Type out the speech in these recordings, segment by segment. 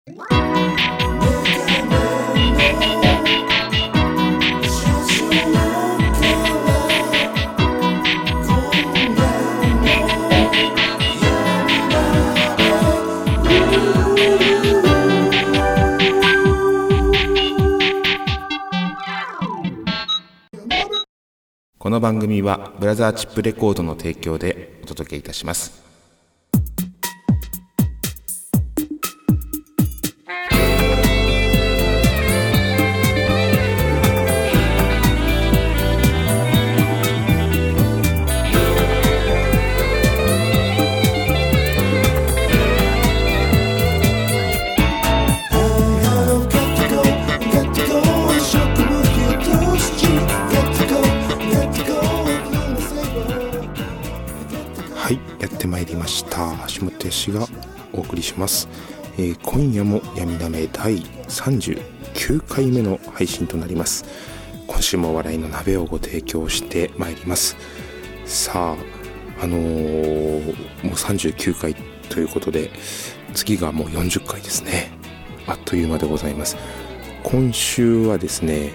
この番組はブラザーチップレコードの提供でお届けいたします。下手氏がお送りします。今夜も闇鍋第39回目の配信となります。今週も笑いの鍋をご提供してまいります。さあ、もう39回ということで、次がもう40回ですね。あっという間でございます。今週はですね、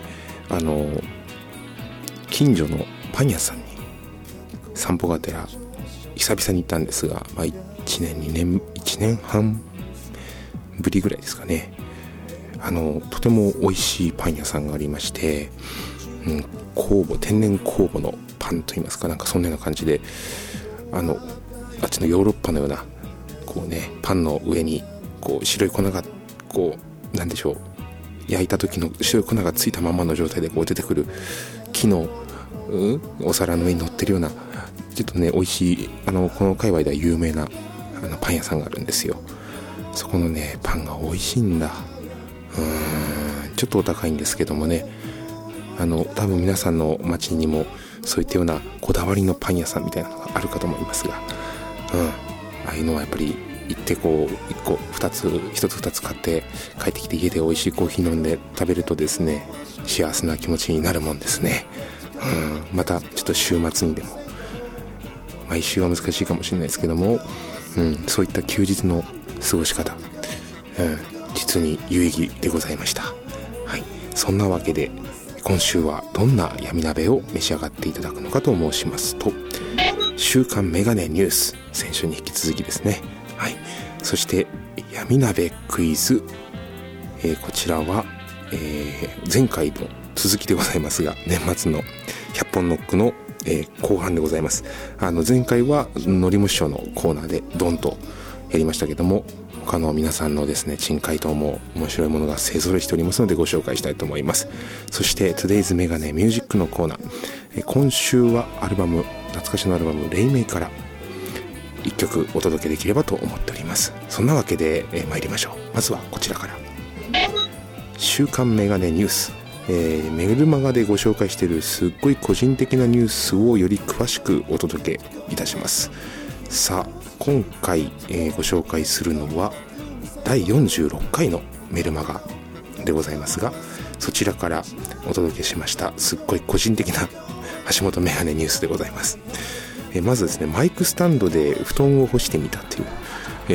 近所のパン屋さんに散歩がてら久々に行ったんですが、1年半ぶりぐらいですかね。とても美味しいパン屋さんがありまして、天然酵母のパンといいますか、なんかそんなような感じで、あっちのヨーロッパのようなこうね、パンの上にこう白い粉がこうなんでしょう、焼いた時の白い粉がついたままの状態でこう出てくる木の、お皿の上に乗ってるような、ちょっとね美味しいこの界隈では有名なパン屋さんがあるんですよ。そこのねパンが美味しいんだ。ちょっとお高いんですけどもね、多分皆さんの街にもそういったようなこだわりのパン屋さんみたいなのがあるかと思いますが、ああいうのはやっぱり行ってこう1つ2つ買って帰ってきて家で美味しいコーヒー飲んで食べるとですね、幸せな気持ちになるもんですね。またちょっと週末にでも、毎週は難しいかもしれないですけども、そういった休日の過ごし方、実に有意義でございました。はい、そんなわけで今週はどんな闇鍋を召し上がっていただくのかと申しますと、週刊メガネニュース、先週に引き続きですね。はい、そして闇鍋クイズ、こちらは、前回の続きでございますが、年末の100本ノックの後半でございます。前回はのりむし賞のコーナーでドンとやりましたけども、他の皆さんのですね珍回答も面白いものが勢ぞろいしておりますのでご紹介したいと思います。そして Today's メガネミュージックのコーナー、今週は懐かしのアルバム黎明から1曲お届けできればと思っております。そんなわけで、参りましょう。まずはこちらから、週刊メガネニュース、メルマガでご紹介しているすっごい個人的なニュースをより詳しくお届けいたします。さあ、今回、ご紹介するのは第46回のメルマガでございますが、そちらからお届けしましたすっごい個人的な橋本メガネニュースでございます。まずですね、マイクスタンドで布団を干してみたという、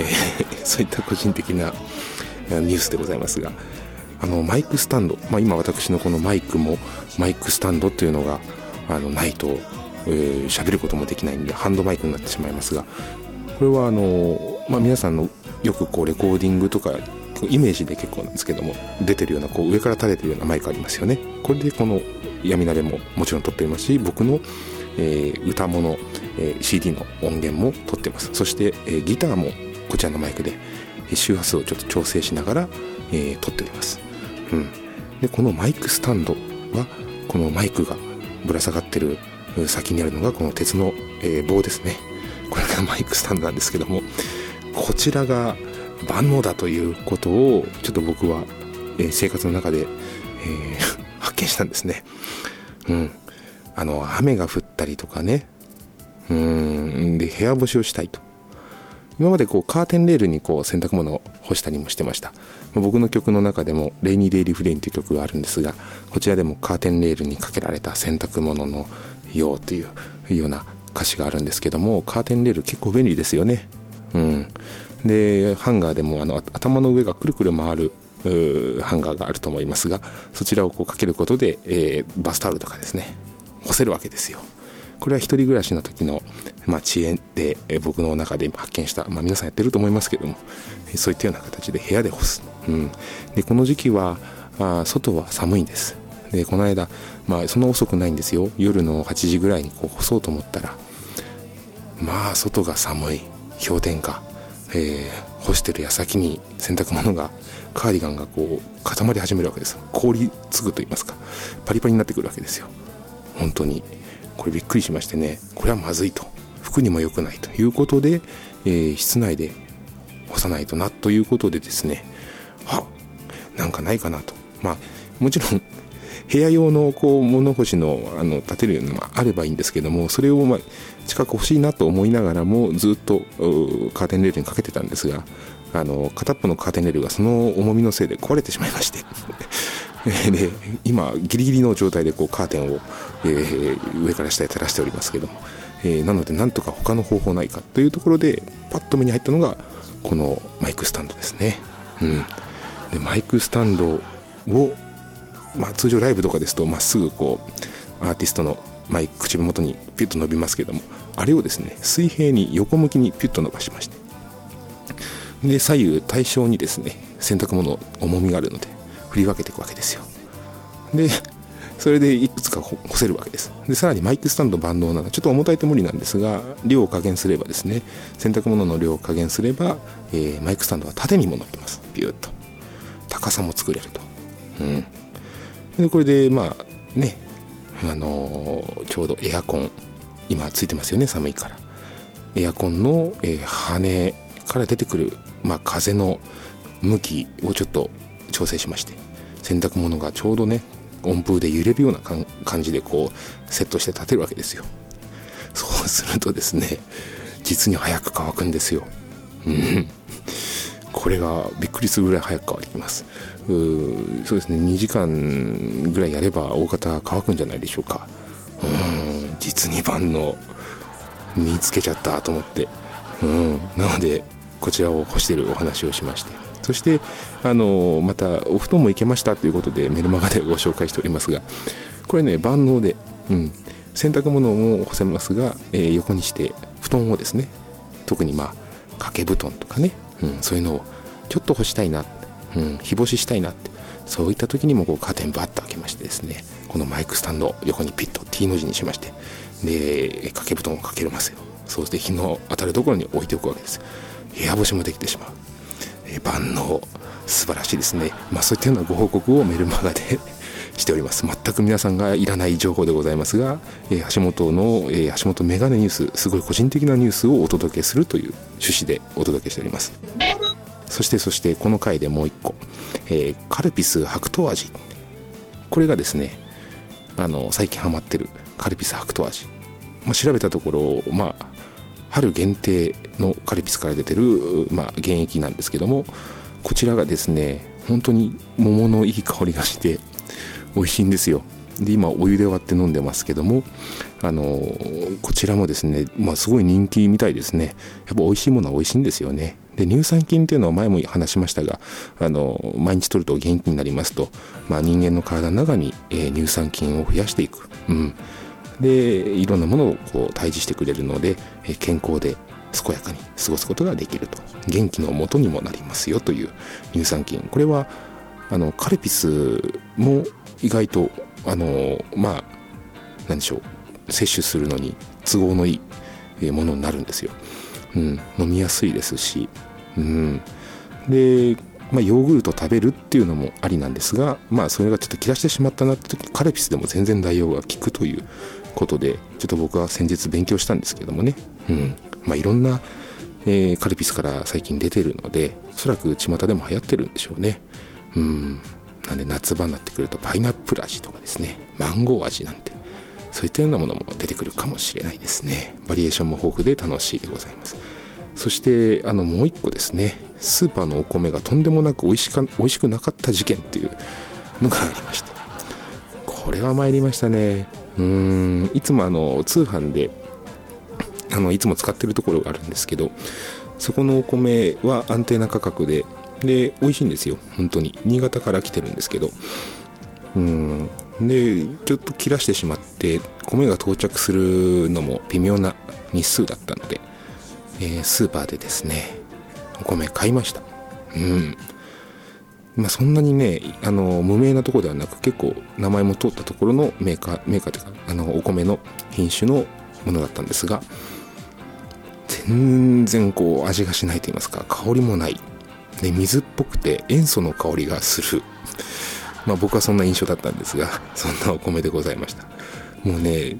そういった個人的なニュースでございますが、マイクスタンド、今私のこのマイクもマイクスタンドというのがないと喋ることもできないんでハンドマイクになってしまいますが、これは皆さんのよくこうレコーディングとかイメージで結構なんですけども、出てるようなこう上から垂れてるようなマイクありますよね。これでこの闇鍋ももちろん撮っていますし、僕の、歌物、CD の音源も撮っています。そして、ギターもこちらのマイクで周波数をちょっと調整しながら、撮っております。でこのマイクスタンドはこのマイクがぶら下がってる先にあるのがこの鉄の、棒ですね。これがマイクスタンドなんですけども、こちらが万能だということをちょっと僕は、生活の中で、発見したんですね。雨が降ったりとかね、で部屋干しをしたいと。今までこうカーテンレールにこう洗濯物を干したりもしてました。僕の曲の中でもレイニーデイリーフレインという曲があるんですが、こちらでもカーテンレールにかけられた洗濯物のようというような歌詞があるんですけども、カーテンレール結構便利ですよね。 でハンガーでも頭の上がくるくる回るハンガーがあると思いますが、そちらをこうかけることで、バスタオルとかですね干せるわけですよ。これは一人暮らしの時の、知恵で、僕の中で発見した、皆さんやってると思いますけども、そういったような形で部屋で干す、でこの時期は外は寒いんです。でこの間、そんな遅くないんですよ。夜の8時ぐらいにこう干そうと思ったら、外が寒い、氷点下、干してる矢先に洗濯物がカーディガンがこう固まり始めるわけです。凍りつくと言いますか、パリパリになってくるわけですよ。本当にこれびっくりしましてね、これはまずいと、服にも良くないということで、室内で干さないとなということでですね、なんかないかなと。もちろん部屋用のこう物干しの立てるのがあればいいんですけども、それを近く欲しいなと思いながらもずっとカーテンレールにかけてたんですが、片っぽのカーテンレールがその重みのせいで壊れてしまいましてで今ギリギリの状態でこうカーテンを、上から下へ垂らしておりますけども、なのでなんとか他の方法ないかというところでパッと目に入ったのがこのマイクスタンドですね。でマイクスタンドを、通常ライブとかですとまっすぐこうアーティストのマイク口元にピュッと伸びますけども、あれをですね水平に横向きにピュッと伸ばしまして、で左右対称にですね洗濯物重みがあるので振り分けていくわけですよ。でそれでいくつか干せるわけです。でさらにマイクスタンド万能なのはちょっと重たいと無理なんですが、量を加減すればですね、洗濯物の量を加減すれば、マイクスタンドは縦にも伸びます。ビューッと高さも作れると。でこれでちょうどエアコン今ついてますよね、寒いから。エアコンの、羽から出てくる、風の向きをちょっと調整しまして、洗濯物がちょうどね温風で揺れるような感じでこうセットして立てるわけですよ。そうするとですね、実に早く乾くんですよ。これがびっくりするぐらい早く乾きます。そうですね、2時間ぐらいやれば大方乾くんじゃないでしょうか。実に万能、見つけちゃったと思って、なのでこちらを干しているお話をしまして、そしてまたお布団もいけましたということでメルマガでご紹介しておりますが、これね万能で、洗濯物も干せますが、横にして布団をですね、特に掛け布団とかね、そういうのをちょっと干したいな、日干ししたいなって、そういった時にもこうカーテンバッと開けましてですね、このマイクスタンドを横にピッと T の字にしまして、で掛け布団をかけますよ。そうして日の当たるところに置いておくわけです。部屋干しもできてしまう。万能、素晴らしいですね。そういったようなご報告をメルマガでしております。全く皆さんがいらない情報でございますが、橋本メガネニュース、すごい個人的なニュースをお届けするという趣旨でお届けしております。そしてこの回でもう一個、カルピス白桃味、これがですね最近ハマってるカルピス白桃味、調べたところ春限定のカルピスから出てる、原液なんですけども、こちらがですね本当に桃のいい香りがして美味しいんですよ。で今お湯で割って飲んでますけども、こちらもですねすごい人気みたいですね。やっぱ美味しいものは美味しいんですよね。で乳酸菌っていうのは前も話しましたが、毎日取ると元気になりますと、人間の体の中に、乳酸菌を増やしていく、でいろんなものをこう退治してくれるので、健康で健やかに過ごすことができると、元気の元にもなりますよという乳酸菌。これはカルピスも意外と何でしょう、摂取するのに都合のいいものになるんですよ。飲みやすいですし、でヨーグルト食べるっていうのもありなんですが、それがちょっと切らしてしまったなって時、カルピスでも全然代用が効くということで、ちょっと僕は先日勉強したんですけどもね、いろんな、カルピスから最近出てるので、おそらく巷でも流行ってるんでしょうね。なんで夏場になってくるとパイナップル味とかですね、マンゴー味なんて、そういったようなものも出てくるかもしれないですね。バリエーションも豊富で楽しいでございます。そしてもう一個ですね、スーパーのお米がとんでもなく美味しくなかった事件っていうのがありまして、これは参りましたね。いつも通販でいつも使ってるところがあるんですけど、 そこのお米は安定な価格で美味しいんですよ。本当に新潟から来てるんですけど、でちょっと切らしてしまって米が到着するのも微妙な日数だったので、スーパーでですねお米買いました。そんなにね無名なところではなく、結構名前も通ったところのメーカーというかお米の品種のものだったんですが、全然こう味がしないと言いますか、香りもないで、水っぽくて塩素の香りがする僕はそんな印象だったんですが、そんなお米でございました。もうね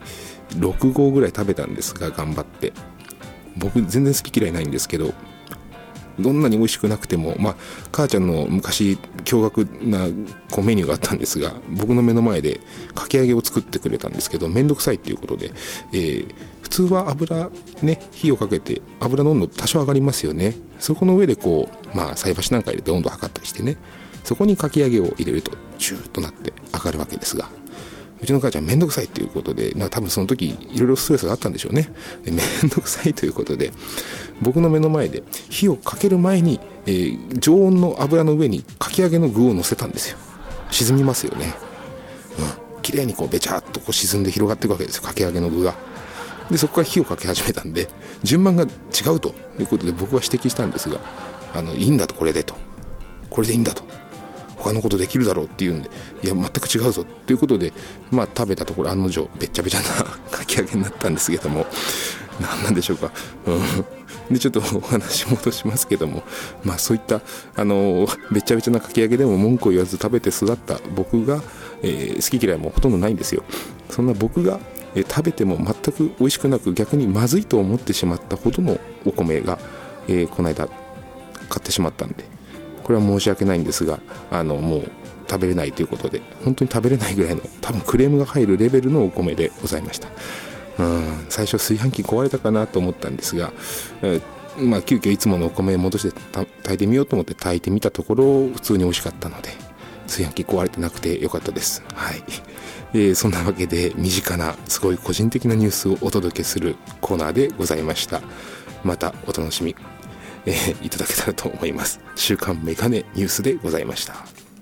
6合ぐらい食べたんですが、頑張って。僕全然好き嫌いないんですけど、どんなに美味しくなくても、母ちゃんの昔驚愕なメニューがあったんですが、僕の目の前でかき揚げを作ってくれたんですけど、めんどくさいっていうことで、普通は油ね、火をかけて油の温度多少上がりますよね。そこの上で菜箸なんか入れて温度測ったりしてね、そこにかき揚げを入れるとジューッとなって上がるわけですが、うちの母ちゃんめんどくさいっていうことで、多分その時いろいろストレスがあったんでしょうね。でめんどくさいということで、僕の目の前で火をかける前に、常温の油の上にかき揚げの具を乗せたんですよ。沈みますよね。綺麗にベチャッと沈んで広がっていくわけですよ、かき揚げの具が。でそこから火をかけ始めたんで、順番が違うということで僕は指摘したんですが、いいんだと、これでいいんだと、他のことできるだろうっていうんで、いや全く違うぞということで、食べたところ案の定べっちゃべちゃなかき揚げになったんですけども、何なんでしょうか。でちょっとお話戻しますけども、そういったべちゃべちゃなかき揚げでも文句を言わず食べて育った僕が、好き嫌いもほとんどないんですよ。そんな僕が、食べても全く美味しくなく、逆にまずいと思ってしまったほどのお米が、この間買ってしまったんで、これは申し訳ないんですが、もう食べれないということで、本当に食べれないぐらいの多分クレームが入るレベルのお米でございました。最初炊飯器壊れたかなと思ったんですが、急遽いつものお米を戻して炊いてみようと思って炊いてみたところ、普通に美味しかったので、炊飯器壊れてなくてよかったです。そんなわけで身近なすごい個人的なニュースをお届けするコーナーでございました。またお楽しみいただけたらと思います。週刊メガネニュースでございました。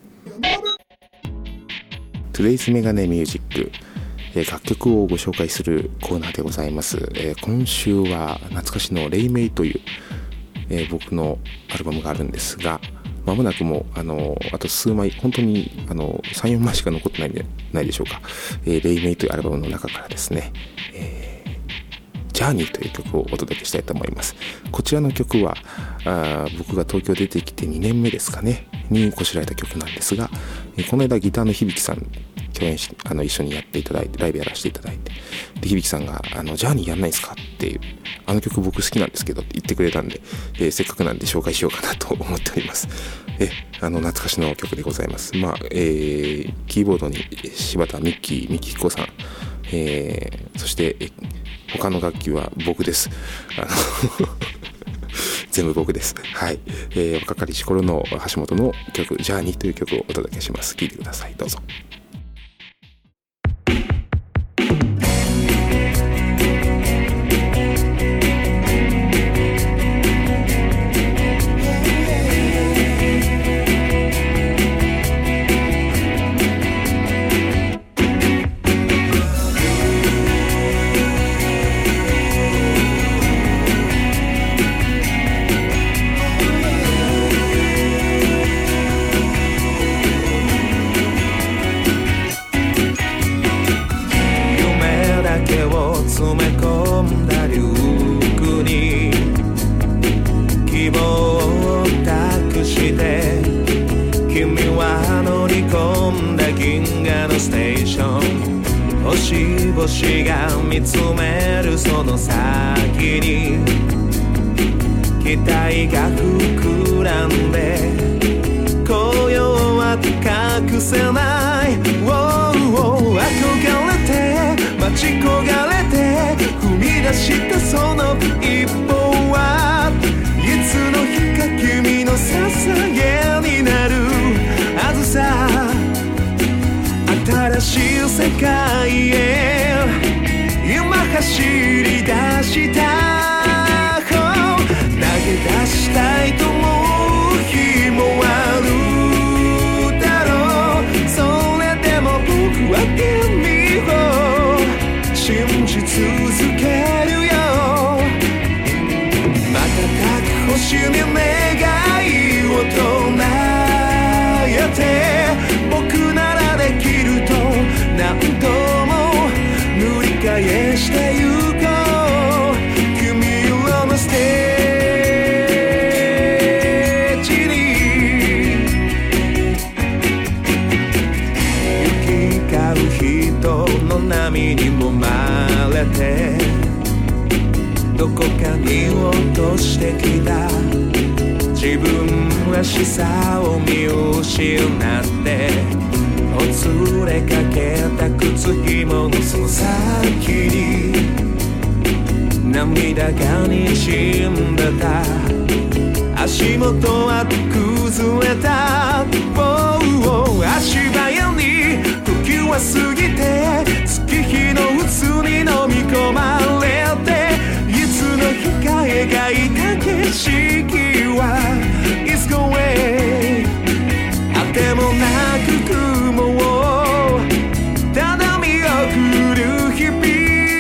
Today's メガネミュージック、楽曲をご紹介するコーナーでございます。今週は懐かしの黎明という、僕のアルバムがあるんですが、まもなくもあと数枚、本当に3、4枚しか残ってないでしょうか。黎明というアルバムの中からですね、ジャーニーという曲をお届けしたいと思います。こちらの曲は僕が東京出てきて2年目ですかねにこしらえた曲なんですが、この間ギターの響さん共演し一緒にやっていただいて、ライブやらせていただいて、で響さんがジャーニーやんないですかっていう、曲僕好きなんですけどって言ってくれたんで、せっかくなんで紹介しようかなと思っております。懐かしの曲でございます。キーボードに柴田ミッキー彦さん、そして他の楽器は僕です。全部僕です。若かりし頃の橋本の曲ジャーニーという曲をお届けします。聴いてください、どうぞ。 詰め込んだリュックに希望を託して、君は乗り込んだ銀河のステーション、星々が見つめるその先に期待が膨らんで、今夜は隠せない、憧れて待ち焦がれて踏み出したその一歩はいつの日か君の捧げになるはずさ。新しい世界へ今走り出した、投げ出らしさを見失ってほつれかけた靴紐のその先に涙がにじんでた足元は崩れた足早に時は過ぎて月日の渦に飲み込まれていつの日か描いた景色は It's going あてもなく雲をただ見送る日々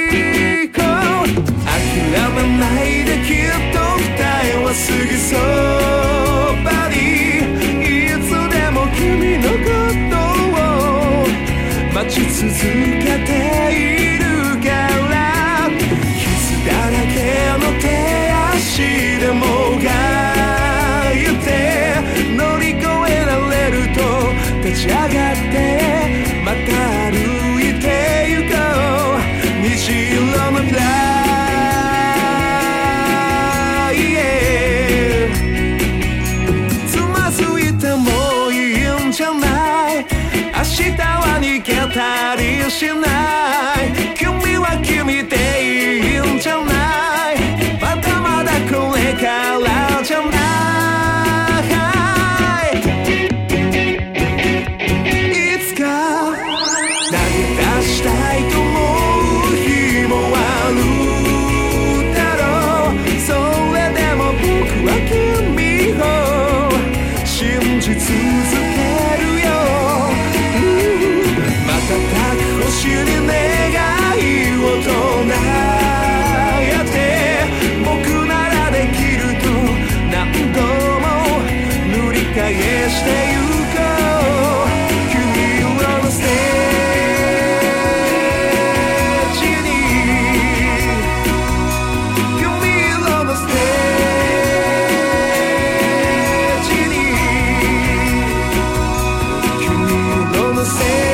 諦めないできっと二重は過ぎそうばにいつでも君のことを待ち続けているから傷だらけの手足でもがいて乗り越えられると立ち上がってまた歩いてゆこう虹色の未来明日は逃げたりしない君は君でいいんじゃないまだまだこれからじゃないいつか投げ出したいと思う日もあるだろうそれでも僕は君を信じ続ける星に願いを唱えて僕ならできると何度も塗り返してゆこう君色のステージに君色のステージに君色のステージに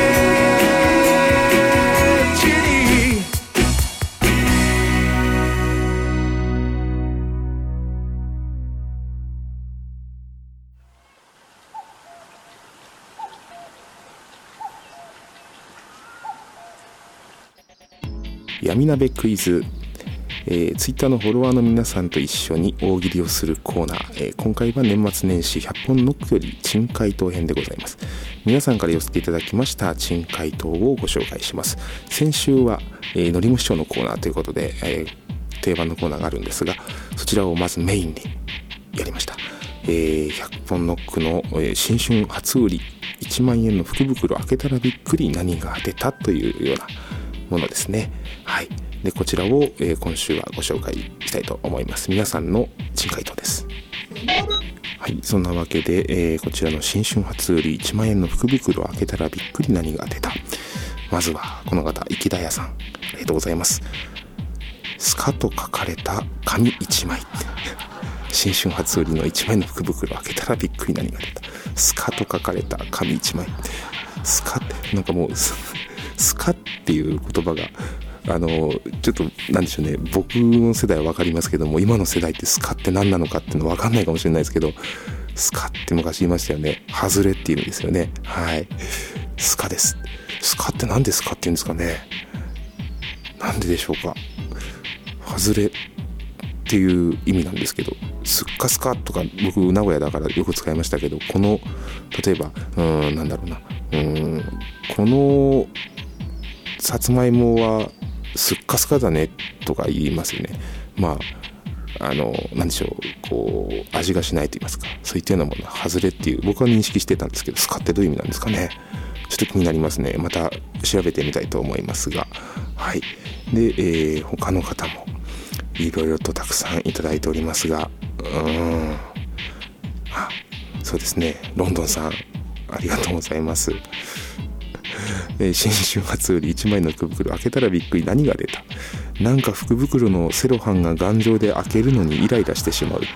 闇鍋クイズ、ツイッターのフォロワーの皆さんと一緒に大喜利をするコーナー、今回は年末年始100本ノックより珍回答編でございます。皆さんから寄せていただきました珍回答をご紹介します。先週は、のりむ師匠のコーナーということで、定番のコーナーがあるんですがそちらをまずメインにやりました。100本ノックの、新春初売り1万円の福袋開けたらびっくり何が出たというようなものですね。はい。でこちらを、今週はご紹介したいと思います。皆さんの珍回答です。はい。そんなわけで、こちらの新春初売り1万円の福袋開けたらびっくり何が出た。まずはこの方池田屋さんありがとうございます。スカと書かれた紙1枚新春初売りの1万円の福袋開けたらびっくり何が出た。スカと書かれた紙1枚。スカってなんかもうスカっていう言葉がちょっとなんでしょうね、僕の世代は分かりますけども今の世代ってスカって何なのかっていうの分かんないかもしれないですけどスカって昔言いましたよね。外れっていう意味ですよね。はい、スカです。スカって何ですかって言うんですかね。なんででしょうか。外れっていう意味なんですけどスッカスカとか僕名古屋だからよく使いましたけどこの例えばなんだろうなこのさつまいもはスッカスカだねとか言いますよね。まあなんでしょう、こう味がしないと言いますかそういったようなもの外れっていう僕は認識してたんですけどスカってどういう意味なんですかね。ちょっと気になりますね。また調べてみたいと思いますがはい。で、他の方もいろいろとたくさんいただいておりますがそうですね、ロンドンさんありがとうございます。新春初売り1枚の福袋開けたらびっくり何が出た。なんか福袋のセロハンが頑丈で開けるのにイライラしてしまうって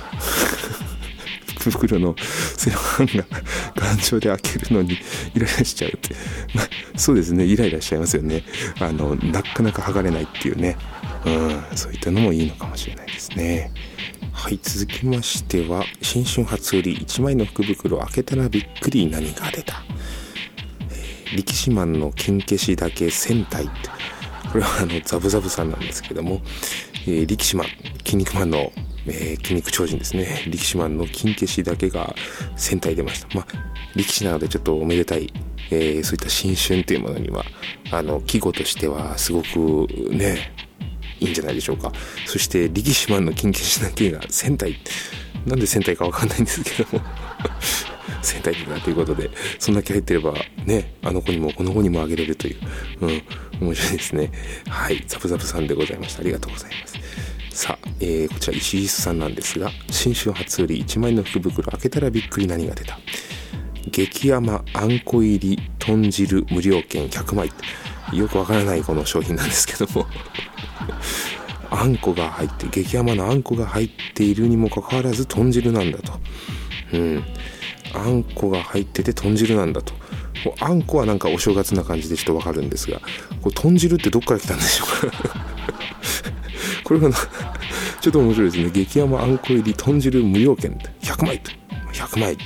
福袋のセロハンが頑丈で開けるのにイライラしちゃうって、そうですね、イライラしちゃいますよね。なかなか剥がれないっていうね、そういったのもいいのかもしれないですね。ははい、続きましては新春初売り1枚の福袋開けたらびっくり何が出た、力士マンの金消しだけ1000体って、これはザブザブさんなんですけども、力士マン筋肉マンの、筋肉超人ですね、力士マンの金消しだけが1000体出ました。力士なのでちょっとおめでたい、そういった新春というものには季語としてはすごくねいいんじゃないでしょうか。そして力士マンの金消しだけが1000体、なんで1000体か分かんないんですけども1000体だということで、そんだけ入ってればね、あの子にもこの子にもあげれるという、面白いですね。はい、ザブザブさんでございました。ありがとうございます。さあ、こちら石井さんなんですが、新春初売り1枚の福袋開けたらびっくり何が出た、激甘あんこ入り豚汁無料券100枚、よくわからないこの商品なんですけどもあんこが入って、激甘のあんこが入っているにもかかわらず豚汁なんだと。あんこが入ってて豚汁なんだと。あんこはなんかお正月な感じでちょっとわかるんですが、豚汁ってどっから来たんでしょうかこれがちょっと面白いですね。激甘あんこ入り豚汁無料券100枚と100枚、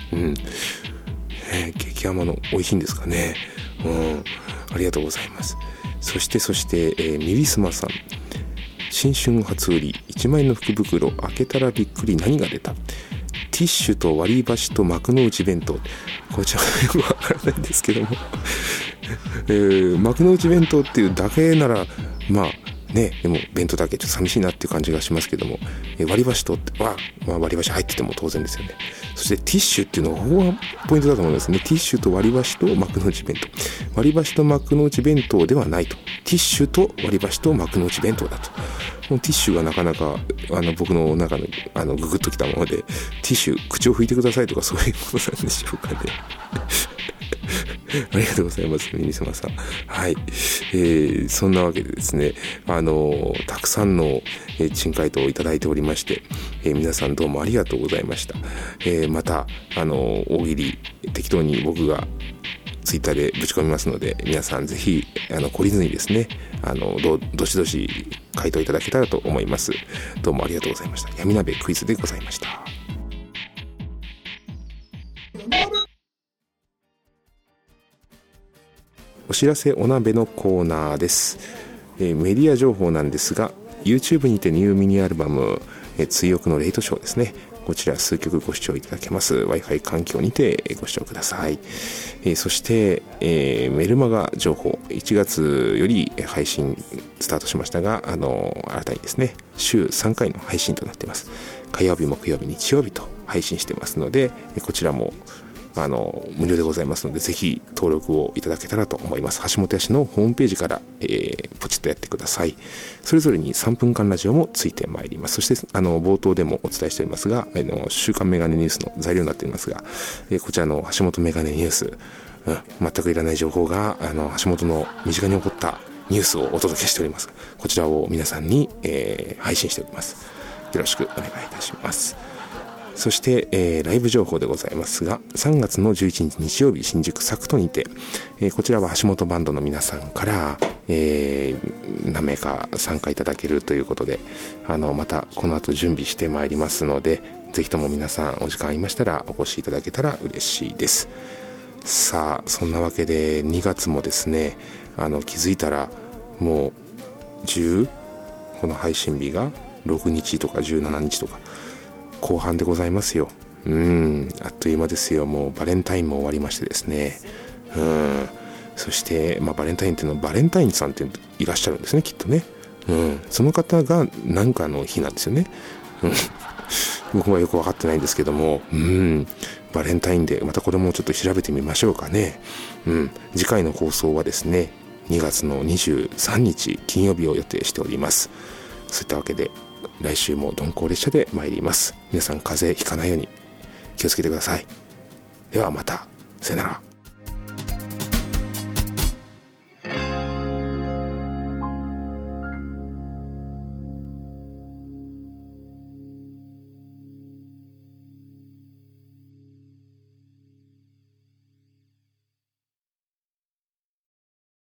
激甘の美味しいんですかね。ありがとうございます。そして、ミリスマさん、新春初売り1枚の福袋開けたらびっくり何が出た、ティッシュと割り箸と幕の内弁当、こちらよくわからないんですけども幕の内弁当っていうだけならでも弁当だけちょっと寂しいなっていう感じがしますけども、割り箸とは、割り箸入ってても当然ですよね。そしてティッシュっていうのがここがポイントだと思うんですね。ティッシュと割り箸と幕の内弁当、割り箸と幕の内弁当ではないと、ティッシュと割り箸と幕の内弁当だと。このティッシュがなかなか僕の中のググッときたもので、ティッシュ口を拭いてくださいとかそういうことなんでしょうかねありがとうございます、ミニスマさん。はい、そんなわけでですね、たくさんの珍回答をいただいておりまして、皆さんどうもありがとうございました。また大喜利適当に僕がツイッターでぶち込みますので、皆さんぜひ懲りずにですね、どしどし回答いただけたらと思います。どうもありがとうございました。闇鍋クイズでございました。お知らせお鍋のコーナーです。メディア情報なんですが、 YouTube にてニューミニアルバム追憶のレイトショーですね、こちら数曲ご視聴いただけます。 Wi-Fi 環境にてご視聴ください。そして、メルマガ情報、1月より配信スタートしましたが、新たにですね週3回の配信となっています。火曜日木曜日日曜日と配信してますので、こちらも無料でございますので、ぜひ登録をいただけたらと思います。橋本屋氏のホームページから、ポチッとやってください。それぞれに3分間ラジオもついてまいります。そして冒頭でもお伝えしておりますが、週刊メガネニュースの材料になっておりますが、こちらの橋本メガネニュース、全くいらない情報が橋本の身近に起こったニュースをお届けしております。こちらを皆さんに、配信しております。よろしくお願いいたします。そして、ライブ情報でございますが、3月の11日日曜日新宿サクトにて、こちらは橋本バンドの皆さんから、何名か参加いただけるということで、またこの後準備してまいりますので、ぜひとも皆さんお時間ありましたらお越しいただけたら嬉しいです。さあ、そんなわけで2月もですね、気づいたらもうこの配信日が6日とか17日とか後半でございますよ。あっという間ですよ。もうバレンタインも終わりましてですね。そして、バレンタインっていうのはバレンタインさんっていらっしゃるんですね、きっとね。その方が何かの日なんですよね。僕はよく分かってないんですけども、バレンタインデー、またこれもちょっと調べてみましょうかね。次回の放送はですね、2月の23日金曜日を予定しております。そういったわけで来週も鈍行列車で参ります。皆さん風邪ひかないように気をつけてください。ではまた。さよなら。